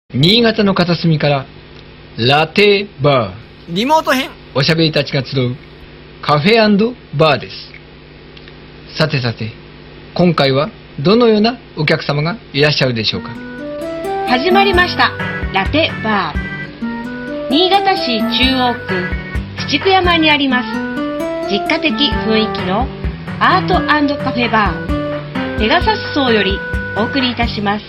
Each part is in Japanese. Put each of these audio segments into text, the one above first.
新潟の片隅からラテバーリモート編おしゃべりたちが集うカフェ&バーです。さてさて、今回はどのようなお客様がいらっしゃるでしょうか。 始まりましたラテバー。新潟市中央区七久山にあります実家的雰囲気のアート&カフェバーペガサス荘よりお送りいたします。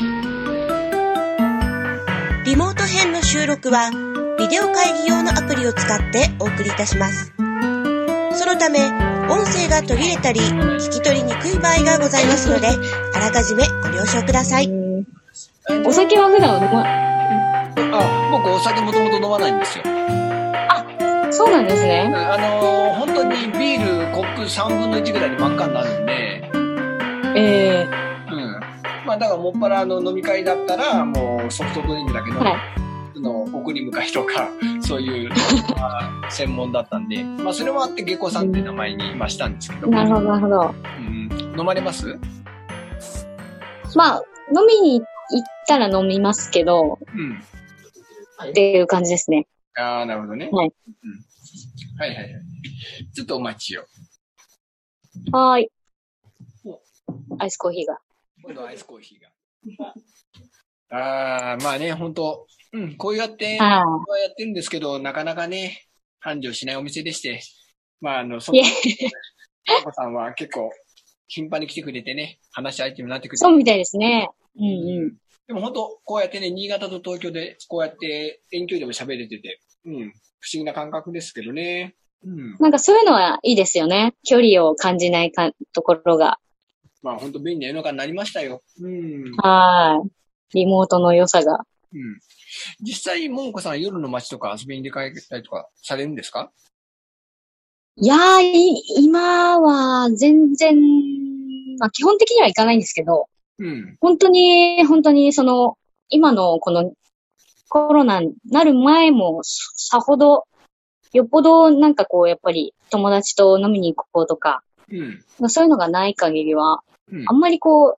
リモート編の収録はビデオ会議用のアプリを使ってお送りいたします。そのため音声が途切れたり聞き取りにくい場合がございますので、あらかじめご了承ください。 お酒は普段は僕お酒もともと飲まないんですよ。 そうなんですね。 本当にビールコップ3分の1ぐらいで真っ赤になるんで。まあだからもっぱら飲み会だったらもうソフトドリンクだけど、送り迎えとかそういう専門だったんで、まあそれもあって下戸さんって名前にしたんですけど。 なるほどなるほど。 飲まれます？ まあ飲みに行ったら飲みますけど、っていう感じですね。 ああ、なるほどね。はい。はいはいはい。ちょっとお待ちを。 はーい。アイスコーヒーが。 今度アイスコーヒーが。まあね、本当こうやってやってるんですけど、なかなかね、繁盛しないお店でして、まあその、マコさんは結構頻繁に来てくれてね、話し相手になってくれて。 そうみたいですね。 でも本当こうやってね、新潟と東京でこうやって遠距離でも喋れてて、不思議な感覚ですけどね。 なんかそういうのはいいですよね。距離を感じないところが。 まあ本当便利な世の中になりましたよ。 はい。リモートの良さが。 実際、ももこさんは夜の街とか遊びに出かけたりとかされるんですか？ いやー、今は全然、まあ基本的には行かないんですけど、本当に今のこのコロナになる前もさほど、よっぽどなんかこうやっぱり友達と飲みに行こうとか、そういうのがない限りは、あんまりは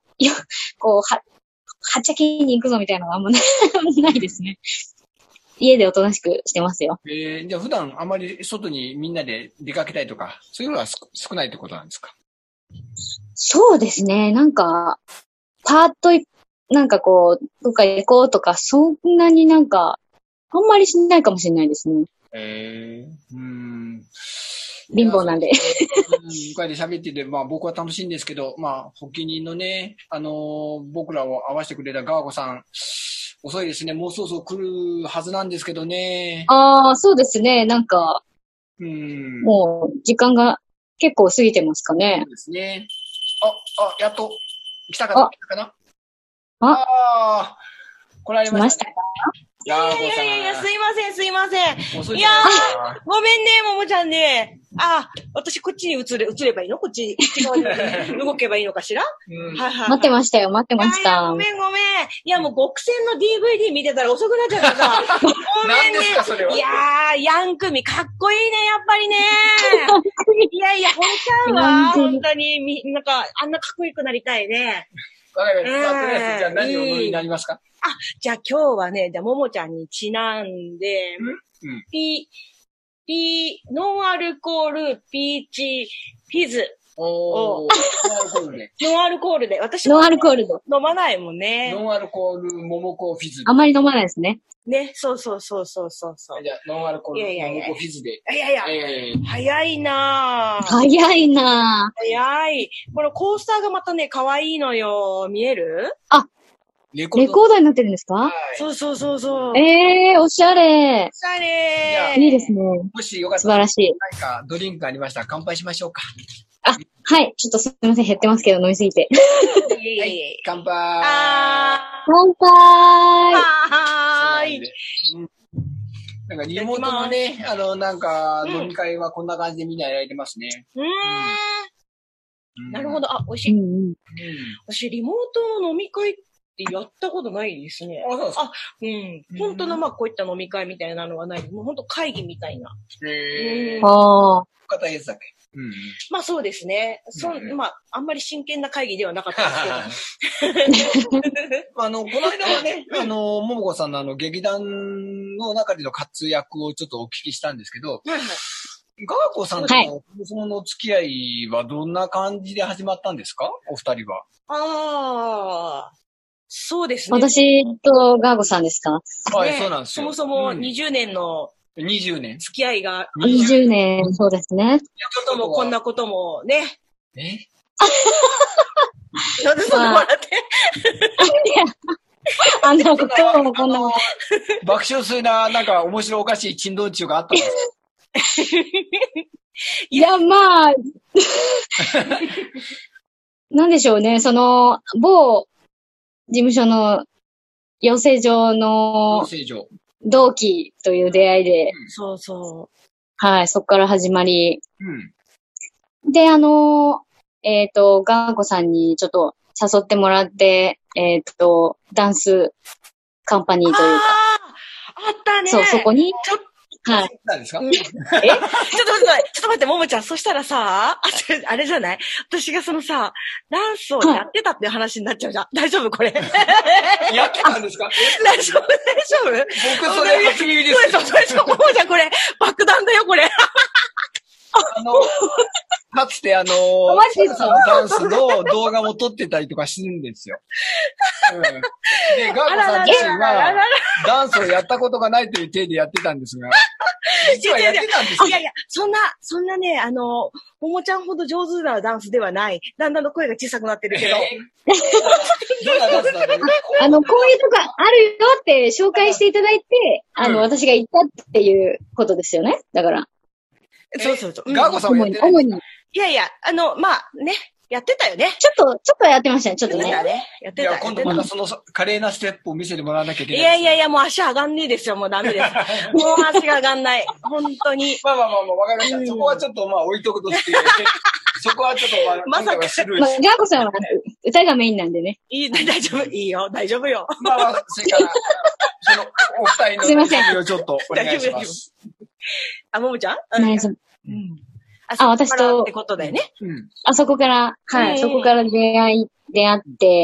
っちゃけに行くぞみたいなのがあんまないですね。家でおとなしくしてますよ。 じゃあ普段あまり外にみんなで出かけたりとか、そういうのは少ないってことなんですか？ そうですね。なんか、パーッとなんかこう、どっか行こうとか、そんなになんか、あんまりしないかもしれないですね。貧乏なんで。 こうやって喋ってて、まあ僕は楽しいんですけど、まあ、発起人のね、僕らを会わせてくれたガーゴさん、遅いですね。もうそろそろ来るはずなんですけどね。 そうですね。なんか、もう、時間が結構過ぎてますかね。 そうですね。やっと、来たかな来られましたね。 いや、すいません。いやごめんね、ももちゃんね。私こっちに移ればいいの？こっち側に動けばいいのかしら？ 待ってました。 ごめん。いや、もう極戦の DVD 見てたら遅くなっちゃったさ。ごめんね。 何ですか、それは。 いやヤンクミかっこいいね、やっぱりね。いや、ほんちゃんは、本当に、なんか、あんなかっこよくなりたいね。 わかりました。とりあえず、じゃあ何をお飲みになりますか？ じゃあ今日はね、ももちゃんにちなんで、ノンアルコールピーチフィズを、ノンアルコールで。私もノンアルコールで。 飲まないもんね。 ノンアルコール桃子フィズ。 あまり飲まないですね。 ね、そう。じゃあ、 ノンアルコール桃子フィズで。 いや、早いなぁ。早い。このコースターがまたね、可愛いのよ。見える？ レコーダーになってるんですか？ そう。 おしゃれ。いいですね。 もしよかったら、 素晴らしい。 何かドリンクありましたら乾杯しましょうか。 はい。ちょっとすみません。減ってますけど、飲みすぎて。 はい、乾杯。 乾杯。 なんかリモートのね、なんか飲み会はこんな感じでみんなやられてますね。 なるほど。美味しい。私、リモートの飲み会ってやったことないですね。 そうですか。 本当のこういった飲み会みたいなのはない。もう本当会議みたいな。 方やつだっけ？ まあそうですね。まあ、あんまり真剣な会議ではなかったですけど。 この間はね、ももこさんの劇団の中での活躍をちょっとお聞きしたんですけど、ガーコさんとのそもの付き合いはどんな感じで始まったんですか？お二人は。 そうですね。 私とガーゴさんですか？ はい、そうなんですよ。 そもそも20年の 20年付き合いが。 20年、そうですね。 こともこんなこともね。なんでそんな笑って。 あんなこともこんな。 爆笑するなんか面白おかしい珍道中があったんですか？ いや、まあ、なんでしょうね、某事務所の養成所の同期という出会いで、 そうそう。 はい、そこから始まり、で、ガーコさんにちょっと誘ってもらって、ダンスカンパニーというか。 あったね。 そう、そこに。 はい。何ですか？ ちょっと待って、ももちゃん。そしたらさ、あれじゃない？私がダンスをやってたっていう話になっちゃうじゃん。大丈夫これ。 やってたんですか？ 大丈夫僕それ初耳です。 ももちゃんこれ、爆弾だよ、これ。 かつてダンスの動画も撮ってたりとかするんですよ。で、ガーコさん自身は、ダンスをやったことがないという体でやってたんですが、実はやってたんですよ。 いやいや、そんなね、ももちゃんほど上手なダンスではない。だんだんと声が小さくなってるけど。 どんなダンスなんだろう？ こういうとこあるよって紹介していただいて、私が言ったっていうことですよね。だから。 そう。 ガーコさんはやってないんですか？ いやいや、まあね、やってたよね。 ちょっとやってましたね、ちょっとね。 やってた。 今度またその華麗なステップを見せてもらわなきゃいけない。 いや、もう足上がんねえですよ、もうダメです。もう足が上がんない。本当に。 まあ、わかりました。そこはちょっと置いとくとして、そこはちょっとまさか。 ガーコさんは歌がメインなんでね。 大丈夫、いいよ、大丈夫よ。 それから、お二人の準備をちょっとお願いします。 ももちゃん？ 私と、 ってことだよね。 そこから、はい、そこから出会って、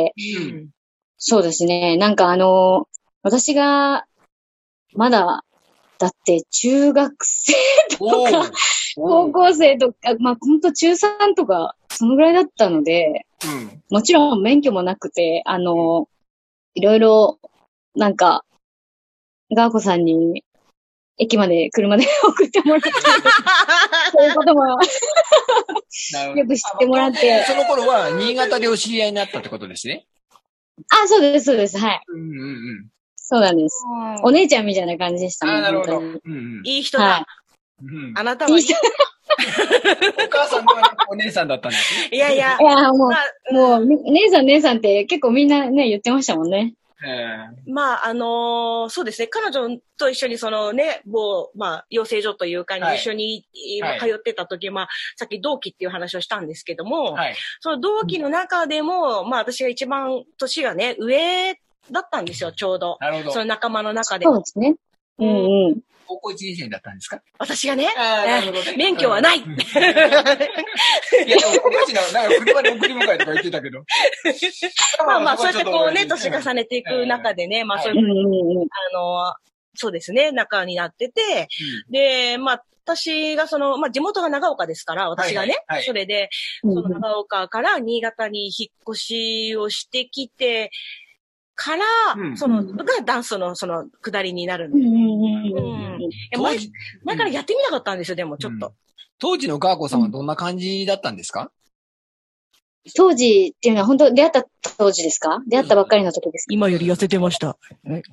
そうですね、なんか私が、まだ、だって中学生とか、高校生とか、まあほんと中3とか、そのぐらいだったので、もちろん免許もなくて、いろいろ、なんか、ガーコさんに、駅まで車で送ってもらって、そういうこともよく知ってもらって。 その頃は新潟でお知り合いになったってことですね。 そうです、はい。そうなんです。お姉ちゃんみたいな感じでしたね。 なるほど。 いい人だ。あなたはいい人。 お母さんのお姉さんだったんですね。 いや、もう、姉さんって結構みんなね、言ってましたもんね。 まあ、そうですね。彼女と一緒に養成所というかに一緒に通ってた時、さっき同期っていう話をしたんですけども、その同期の中でも、私が一番年がね、上だったんですよ、ちょうど。 なるほど。 その仲間の中で。 そうですね。 高校1年生だったんですか？ 私がね、免許はない。いや、でもおかしいな、なんか車で送り迎えとか言ってたけど。 そうやってこうね、年重ねていく中でね、そういう、そうですね、仲になってて、で、私が地元が長岡ですから、私がね、それで、その長岡から新潟に引っ越しをしてきて、から、がダンスの下りになるんで。前からやってみなかったんですよ、でもちょっと。 当時のガーコさんはどんな感じだったんですか？ 当時っていうのは本当出会った当時ですか？出会ったばっかりの時ですか？ 今より痩せてました。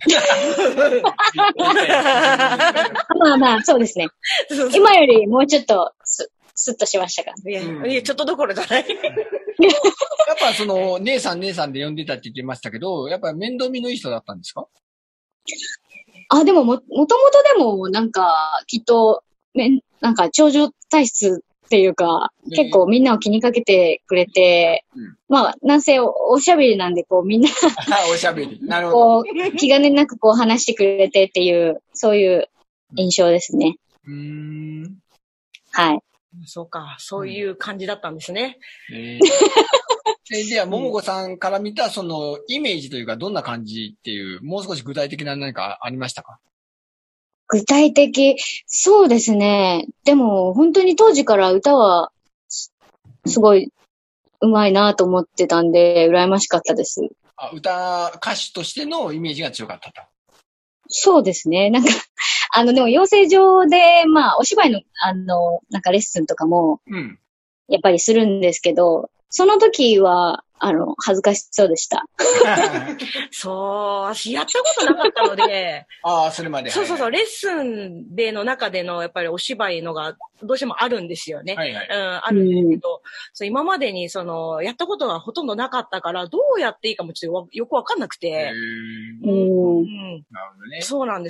まあ、そうですね。今よりもうちょっとスッとしましたか？ いや、ちょっとどころじゃない。 やっぱ姉さんで呼んでたって言ってましたけど、やっぱ面倒見のいい人だったんですか？ でももともとでも、なんか、きっと、なんか、長女体質っていうか、結構みんなを気にかけてくれて、なんせおしゃべりなんで、こうみんなおしゃべり。なるほど。 こう、気兼ねなくこう話してくれてっていう、そういう印象ですね。 はい。 そうか、そういう感じだったんですね。 では、ももこさんから見た、その、イメージというか、どんな感じっていう、もう少し具体的な何かありましたか？ 具体的、そうですね。でも、本当に当時から歌は、すごい、うまいなと思ってたんで、羨ましかったです。 歌手としてのイメージが強かったと。 そうですね。なんか、でも養成所で、まあ、お芝居の、なんかレッスンとかも、やっぱりするんですけど、その時は、恥ずかしそうでした。 そう、私やったことなかったので。 それまで。 そう、レッスンでの中での、やっぱりお芝居のが、どうしてもあるんですよね。あるんですけど、今までに、やったことがほとんどなかったから、どうやっていいかもちょっとよくわかんなくて。 なるほどね。 そうなんです、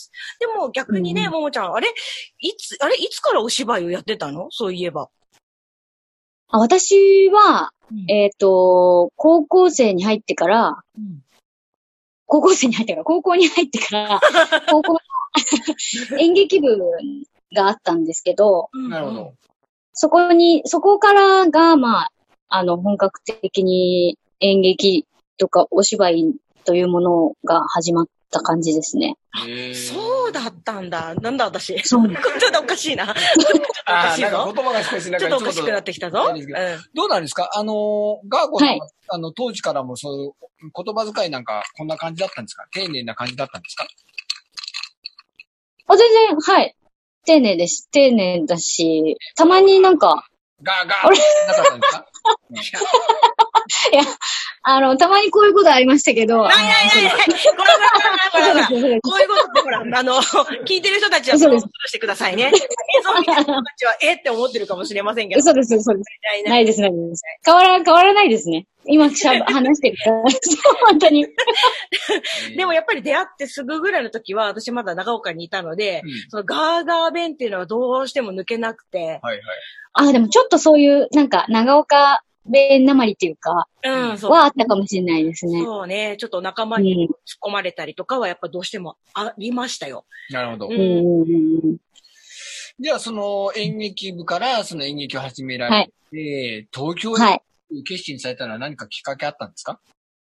でも逆にね、ももちゃん、いつからお芝居をやってたの？そういえば。 私は、高校に入ってから、高校に入ってから、高校の演劇部があったんですけど、 なるほど。 そこからが、まあ、本格的に演劇とかお芝居というものが始まった感じですね。 そうだったんだ。なんだ私。 そう。 ちょっとおかしいな。ちょっとおかしいぞ。 なんか言葉が少しなんかちょっとおかしくなってきたぞ。 どうなんですか？ガーゴさんは、当時からもそういう言葉遣いなんかこんな感じだったんですか？丁寧な感じだったんですか？ 全然、はい。丁寧です。丁寧だし、たまになんか、 ガーなかったんですか？ いや、たまにこういうことありましたけど。 ない。こういうことってほら、聞いてる人たちはそうしてくださいね。映像見てる人たちは、って思ってるかもしれませんけど。 そうです。ないです。変わらないですね。今話してるから。本当に。 でもやっぱり出会ってすぐぐらいの時は、私まだ長岡にいたので、そのガーガー弁っていうのはどうしても抜けなくて。でもちょっとそういう、なんか、長岡弁なまりっていうか、はあったかもしれないですね。 そうね。ちょっと仲間に突っ込まれたりとかはやっぱどうしてもありましたよ。 なるほど。じゃあ、その演劇部からその演劇を始められて、東京へ決心されたのは何かきっかけあったんですか？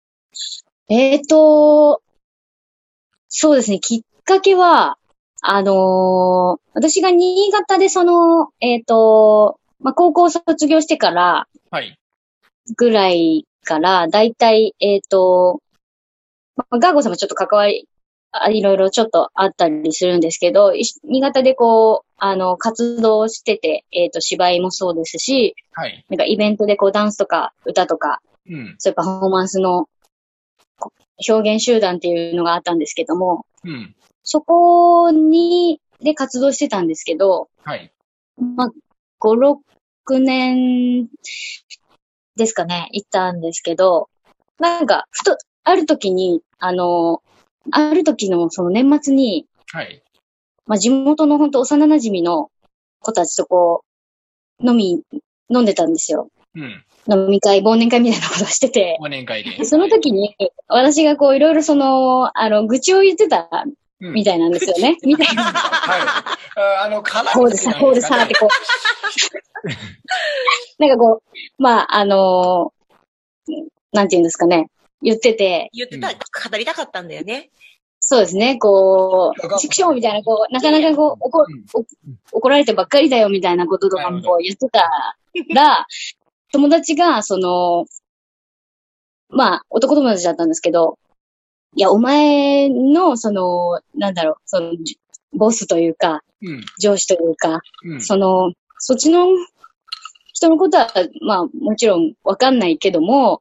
そうですね。きっかけは、私が新潟でまあ、高校卒業してから、ぐらいから、だいたい、まあ、ガーゴさんもちょっと関わり、いろいろちょっとあったりするんですけど、新潟で活動してて、芝居もそうですし、なんかイベントでダンスとか歌とか、そういうパフォーマンスの表現集団っていうのがあったんですけども、そこで活動してたんですけど、まあ、5、6年ですかね、行ったんですけど、なんか、ある時に、ある時のその年末に、まあ、地元の本当幼馴染の子たちと飲んでたんですよ。飲み会、忘年会みたいなことをしてて。 忘年会で。 その時に、私がいろいろ愚痴を言ってたみたいなんですよね。みたいな。こうでさってなんかまあ、なんて言うんですかね。言って語りたかったんだよね。 そうですね、チクショーみたいな、なかなか怒られてばっかりだよみたいなこととかも言ってたら、友達が、まあ、男友達だったんですけど、いや、お前の、なんだろう、ボスというか、上司というか、そっちの人のことは、まあ、もちろんわかんないけども、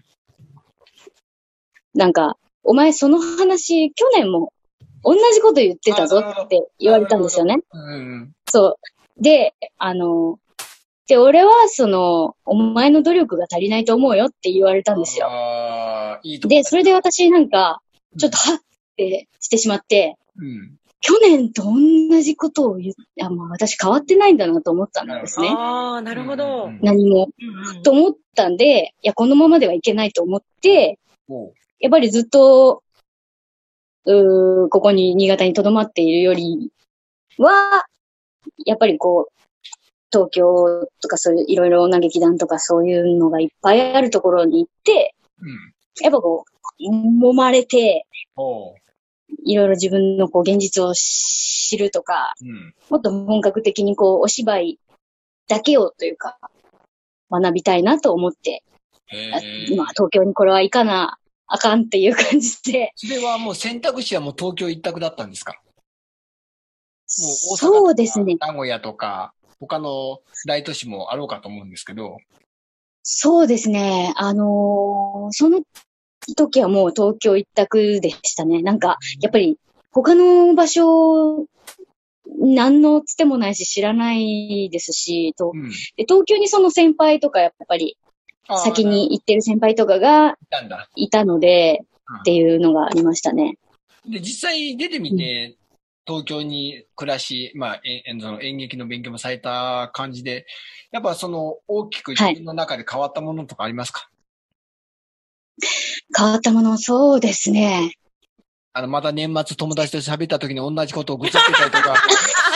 なんか、お前その話、去年も同じこと言ってたぞって言われたんですよね。そう。で、俺はお前の努力が足りないと思うよって言われたんですよ。で、それで私なんか、ちょっとはってしてしまって、去年と同じことをまあ私変わってないんだなと思ったんですね。 なるほど。 何も。と思ったんで、いや、このままではいけないと思って、やっぱりずっと、ここに新潟に留まっているよりは、やっぱり東京とかそういういろいろな劇団とかそういうのがいっぱいあるところに行って、やっぱこう、揉まれて、いろいろ自分のこう現実を知るとか、もっと本格的にこうお芝居だけをというか、学びたいなと思って、東京にこれは行かなあかんっていう感じで。 それはもう選択肢はもう東京一択だったんですか？もう大阪そうですね。 名古屋とか、他の大都市もあろうかと思うんですけど。 そうですね。その時はもう東京一択でしたね。なんか、やっぱり他の場所、何のつてもないし知らないですし、で東京にその先輩とかやっぱり先に行ってる先輩とかがいたので、っていうのがありましたね。 で、実際出てみて、東京に暮らし、その演劇の勉強もされた感じで、やっぱその大きく自分の中で変わったものとかありますか？ 変わったもの、そうですね。 また年末友達と喋った時に同じことをぐちゃってたりとか、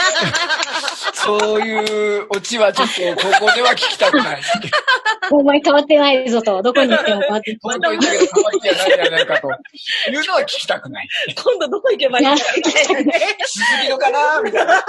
そういうオチはちょっとここでは聞きたくない。 お前変わってないぞと、どこに行っても変わってない。 どこに行っても変わってないじゃないかというのは聞きたくない。 今度どこ行けばいいかみたいなね。 しすぎのかなみたいな。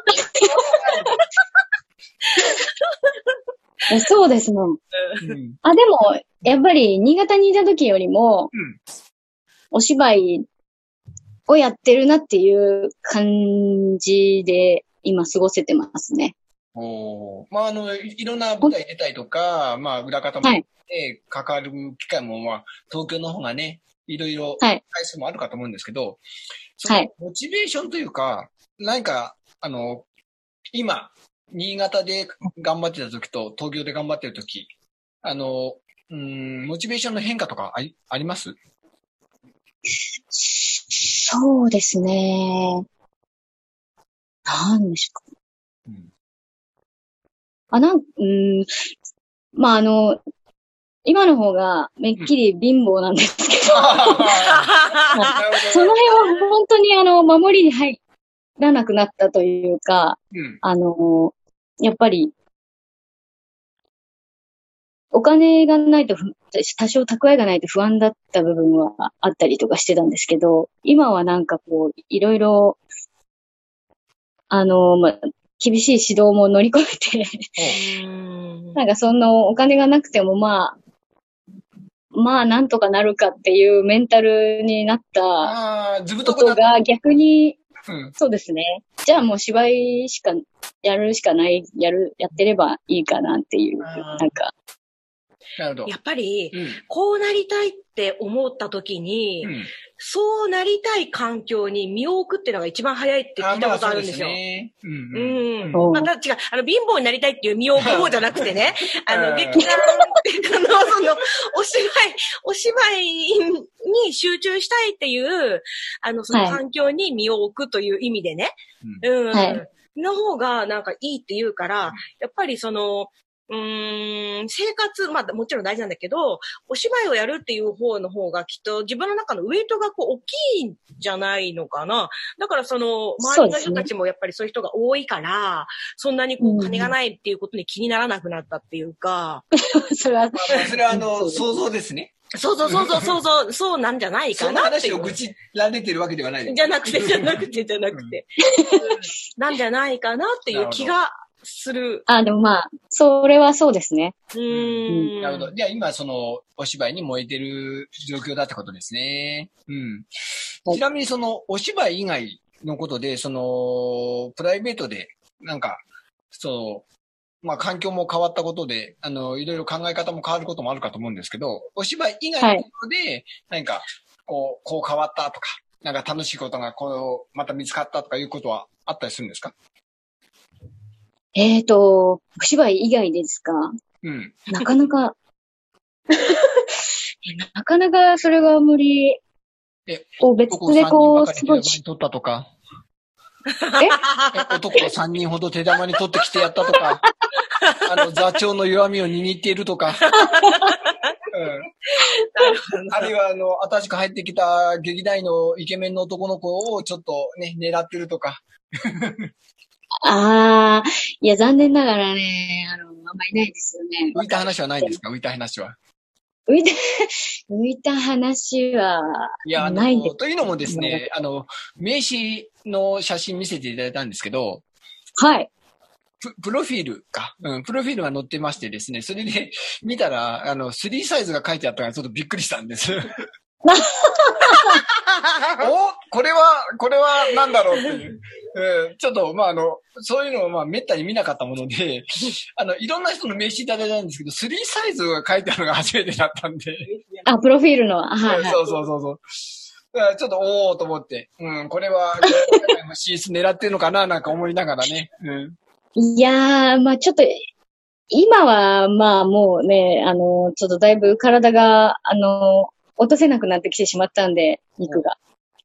そうですね。でも、やっぱり新潟にいた時よりも、お芝居をやってるなっていう感じで今過ごせてますね。 いろんな舞台出たりとか、裏方も関わる機会も、東京の方がね、いろいろ回数もあるかと思うんですけど、モチベーションというか、何か、今、新潟で頑張ってた時と東京で頑張ってる時、モチベーションの変化とかあります？ そうですね。なんでしょうか。今の方がめっきり貧乏なんですけど、その辺は本当に守りに入らなくなったというか、やっぱり、お金がないと、多少蓄えがないと不安だった部分はあったりとかしてたんですけど、今はなんかこう、いろいろ、厳しい指導も乗り越えてなんかそのお金がなくてもなんとかなるかっていうメンタルになったことが逆に、そうですね。じゃあもう芝居しかやるしかない、やってればいいかなっていう、なんか。 やっぱり、こうなりたいって思った時に、そうなりたい環境に身を置くっていうのが一番早いって聞いたことあるんですよ。違う。貧乏になりたいっていう身を置く方じゃなくてね、劇団お芝居に集中したいっていう、その環境に身を置くという意味でね、の方がなんかいいって言うから、やっぱりその、生活、もちろん大事なんだけど、お芝居をやるっていう方の方がきっと自分の中のウェイトがこう大きいんじゃないのかな。だからその、周りの人たちもやっぱりそういう人が多いから、そんなにこう金がないっていうことに気にならなくなったっていうか。 それは想像ですね。 そうなんじゃないかなっていう。 その話を愚痴られてるわけではない。 じゃなくて。なんじゃないかなっていう気がする。 でもそれはそうですね。 なるほど。じゃあ今そのお芝居に燃えてる状況だってことですね。ちなみにそのお芝居以外のことで、そのプライベートでなんか、環境も変わったことで、いろいろ考え方も変わることもあるかと思うんですけど、お芝居以外のことで、何か、こう変わったとか、なんか楽しいことがまた見つかったとかいうことはあったりするんですか？ お芝居以外ですか？なかなか、なかなかそれが無理。別でこう、すごい。 取ったとか。男を3人ほど手玉に取ってきてやったとか、座長の弱みを握っているとか、あるいは新しく入ってきた劇団員のイケメンの男の子をちょっとね、狙ってるとか。 いや、残念ながらね、あんまりないですよね。 浮いた話はないんですか？浮いた話は。 浮いた話は、 いや、ないんです。というのもですね、名刺の写真見せていただいたんですけど、 はい。 プロフィールか。プロフィールが載ってましてですね、それで見たら、3サイズが書いてあったからちょっとびっくりしたんです。これは何だろうっていう。ちょっと、そういうのをめったに見なかったもので、いろんな人の名刺いただいたんですけど、3サイズが書いてあるのが初めてだったんで。 プロフィールの。はい、はい。 そう。ちょっと、と思って。これは、進出狙ってるのかななんか思いながらね。 いやー、ちょっと、今は、もうね、ちょっとだいぶ体が、落とせなくなってきてしまったんで、肉が。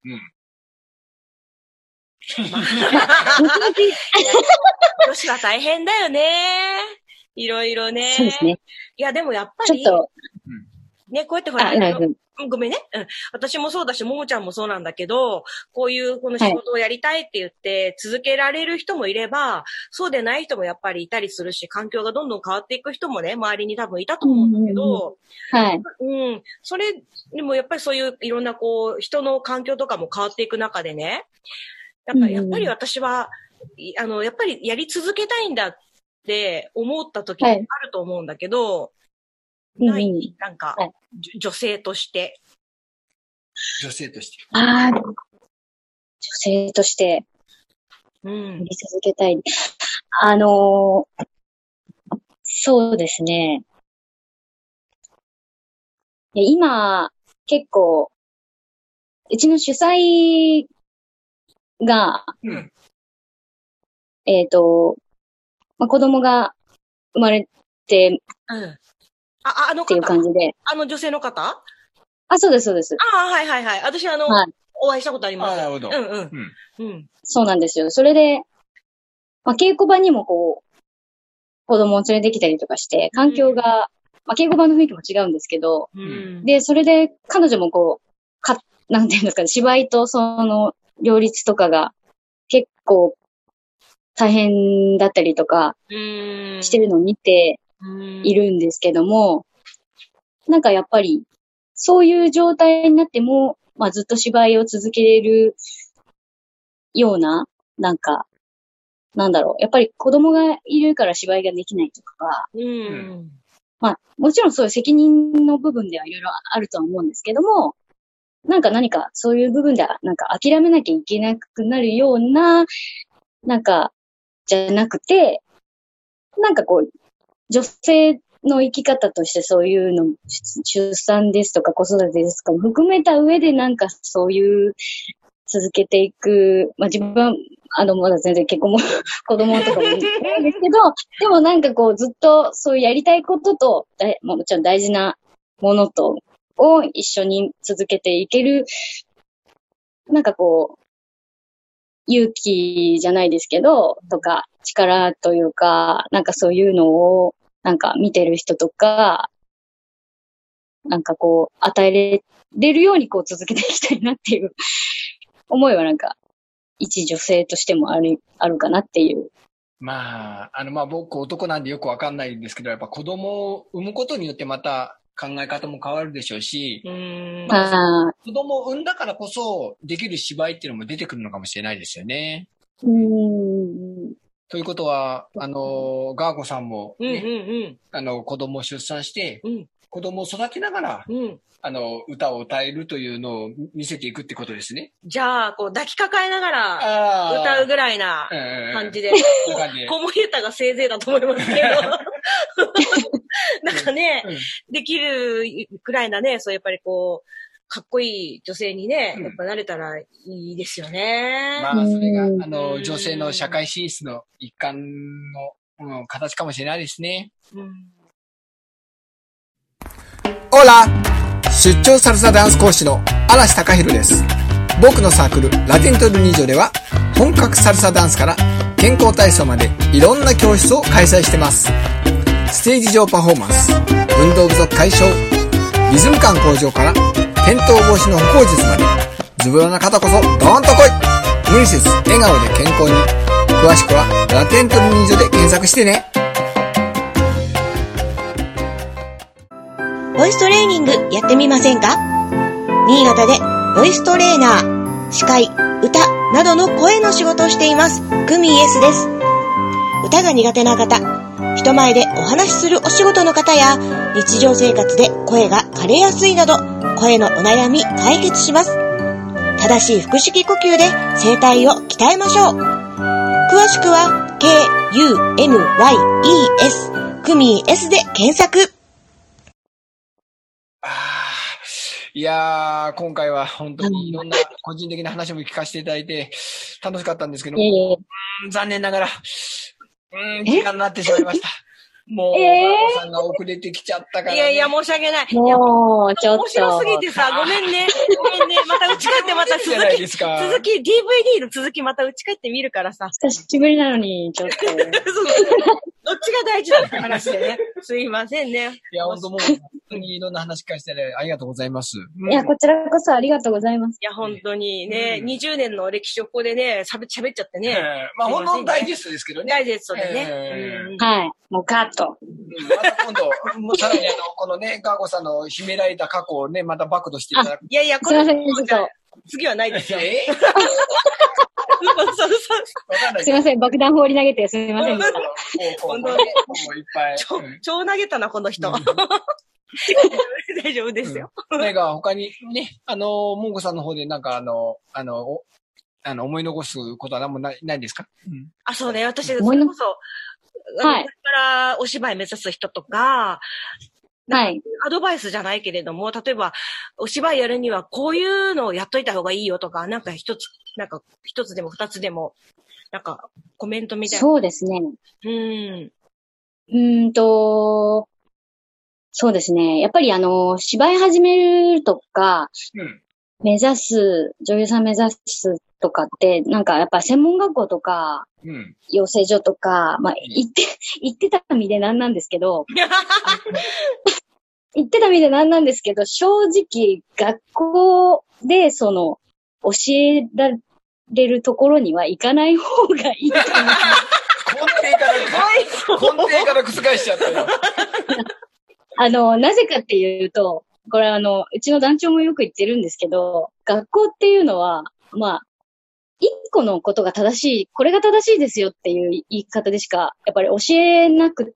女子は大変だよね。いろいろね。 そうですね。 いや、でもやっぱり、 ちょっと、 ね、こうやってほら、ごめんね。私もそうだし、ももちゃんもそうなんだけど、こういうこの仕事をやりたいって言って続けられる人もいれば、そうでない人もやっぱりいたりするし、環境がどんどん変わっていく人もね、周りに多分いたと思うんだけど、 はい。 それ、でもやっぱりそういういろんな人の環境とかも変わっていく中でね、なんかやっぱり私は、やっぱりやり続けたいんだって思った時もあると思うんだけど、なんか、女性として。 女性として。 女性として。やり続けたい。そうですね。今、結構、うちの主催が、子供が生まれて、っていう感じで。 女性の方？ そうです、そうです。 はい。私お会いしたことあります。 なるほど。 そうなんですよ。それで、稽古場にも子供を連れてきたりとかして、環境が、稽古場の雰囲気も違うんですけど、で、それで彼女もなんていうんですかね、芝居とその両立とかが結構大変だったりとかしてるのを見ているんですけども、なんかやっぱりそういう状態になっても、ずっと芝居を続けれるような、なんか、なんだろう、やっぱり子供がいるから芝居ができないとか、もちろんそういう責任の部分ではいろいろあるとは思うんですけども、何かそういう部分では諦めなきゃいけなくなるような、じゃなくて、女性の生き方としてそういうの、出産ですとか子育てですとかも含めた上でそういう続けていく、自分はまだ全然結婚も子供とかもいないんですけど、でもずっとそういうやりたいことと、もちろん大事なものを一緒に続けていける、勇気じゃないですけど、とか、力というか、そういうのを、見てる人とか、与えれるように続けていきたいなっていう思いは一女性としてもあるかなっていう。 僕男なんでよくわかんないんですけど、やっぱ子供を産むことによってまた考え方も変わるでしょうし、子供を産んだからこそできる芝居っていうのも出てくるのかもしれないですよね。ということは、ガーコさんも、ね、子供を出産して、子供を育てながら、歌を歌えるというのを見せていくってことですね。 じゃあ、抱きかかえながら歌うぐらいな感じで、子守歌がせいぜいだと思いますけど、できるくらいなね、そうやっぱりかっこいい女性にね、やっぱなれたらいいですよね。 それが、女性の社会進出の一環の、形かもしれないですね。オラ出張サルサダンス講師の嵐貴弘です。僕のサークルラテントルニージョでは本格サルサダンスから健康体操までいろんな教室を開催してます。ステージ上パフォーマンス、運動不足解消、リズム感向上から転倒防止の歩行術まで、ズボラな方こそドーンと来い。無理せず笑顔で健康に詳しくはラテントルニージョで検索してね。 ボイストレーニングやってみませんか？新潟でボイストレーナー、司会、歌などの声の仕事をしていますクミ S です。歌が苦手な方、人前でお話しするお仕事の方や日常生活で声が枯れやすいなど声のお悩み解決します。正しい腹式呼吸で声帯を鍛えましょう。詳しくは KUMYES クミ S で検索。 いやー、今回は本当にいろんな個人的な話も聞かせていただいて楽しかったんですけど、残念ながら、時間になってしまいました。もう、マコさんが遅れてきちゃったから、ね。 いやいや、申し訳ない。 もう、ちょっと。 面白すぎてさ、ごめんね。また打ち返ってまた続き、DVD の続きまた打ち返ってみるからさ。 久しぶりなのに、ちょっと。どっちが大事だって話でね。すいませんね。 いや、本当もう、本当にいろんな話聞かせてありがとうございます。 いや、こちらこそありがとうございます。 いや、本当にね、20年の歴史をここでね、喋っちゃってね。 まあ、本当のダイジェストですけどね。 ダイジェストでね。 はい。もうカット。 また今度、もうさらにこのね、ガーゴさんの秘められた過去をね、また暴露していただく。 いやいや、これ、次はないですよ。 すいません、爆弾放り投げてすみません。 本当に、もういっぱい。 超投げたな、この人。大丈夫ですよ。 なんか他にね、モンゴさんの方でなんか思い残すことは何もないんですか？ あ、そうね、私、それこそ、はい。これからお芝居目指す人とか、はい。アドバイスじゃないけれども、例えば、お芝居やるにはこういうのをやっといた方がいいよとか、なんか一つでも二つでも、なんかコメントみたいな。 そうですね。そうですね。やっぱり芝居始めるとか、女優さん目指すとかって、なんかやっぱ専門学校とか、養成所とか、まあ、行ってた身でなんなんですけど、正直、学校で、教えられるところには行かない方がいいと思います。 根底から覆しちゃったよ。 なぜかっていうと、これうちの団長もよく言ってるんですけど、学校っていうのは、まあ、一個のことが正しい、これが正しいですよっていう言い方でしか、やっぱり教えなくって、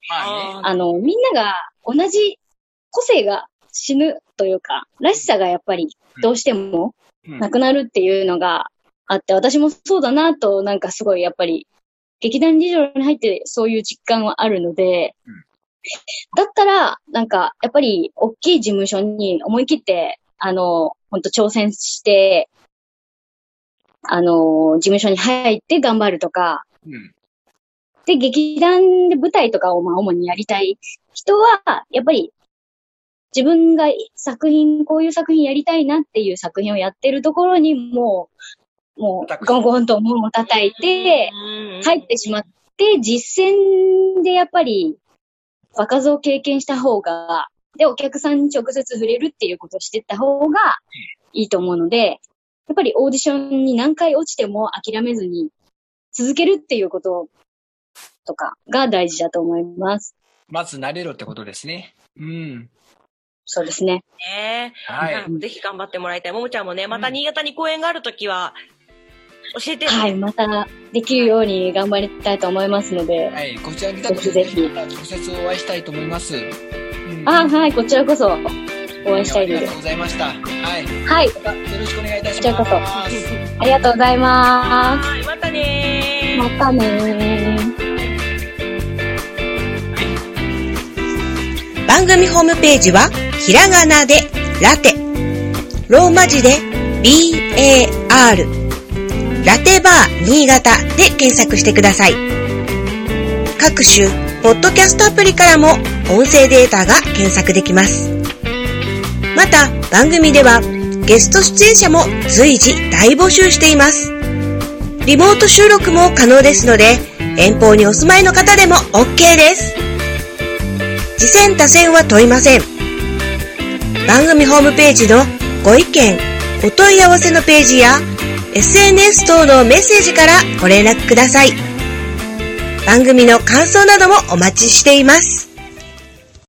みんなが同じ個性が死ぬというか、らしさがやっぱりどうしてもなくなるっていうのがあって、私もそうだなと、なんかすごいやっぱり、劇団事情に入ってそういう実感はあるので、だったら、なんか、やっぱり、大きい事務所に思い切って、ほんと挑戦して、事務所に入って頑張るとか、で、劇団で舞台とかを主にやりたい人は、やっぱり、自分がこういう作品やりたいなっていう作品をやってるところにもうゴンゴンと門を叩いて、入ってしまって、実践でやっぱり、場数を経験した方が、で、お客さんに直接触れるっていうことをしていった方がいいと思うので、やっぱりオーディションに何回落ちても諦めずに続けるっていうこととかが大事だと思います。 まず慣れろってことですね。 そうですね。 はい。ぜひ頑張ってもらいたい。ももちゃんもね、また新潟に公演があるときは、教えて。 はい、またできるように頑張りたいと思いますので。 はい、こちらに来た時に直接お会いしたいと思います。 はい、こちらこそお会いしたいです。 ありがとうございました。はい。 はい。 よろしくお願いいたします。 こちらこそ。ありがとうございます。 はい、またねー。 またねー。番組ホームページは、ひらがなでラテ、ローマ字で BAR、ラテバー新潟で検索してください。各種ポッドキャストアプリからも音声データが検索できます。また番組ではゲスト出演者も随時大募集しています。リモート収録も可能ですので、遠方にお住まいの方でも OK です。次戦他戦は問いません。番組ホームページのご意見、お問い合わせのページや SNS 等のメッセージからご連絡ください。番組の感想などもお待ちしています。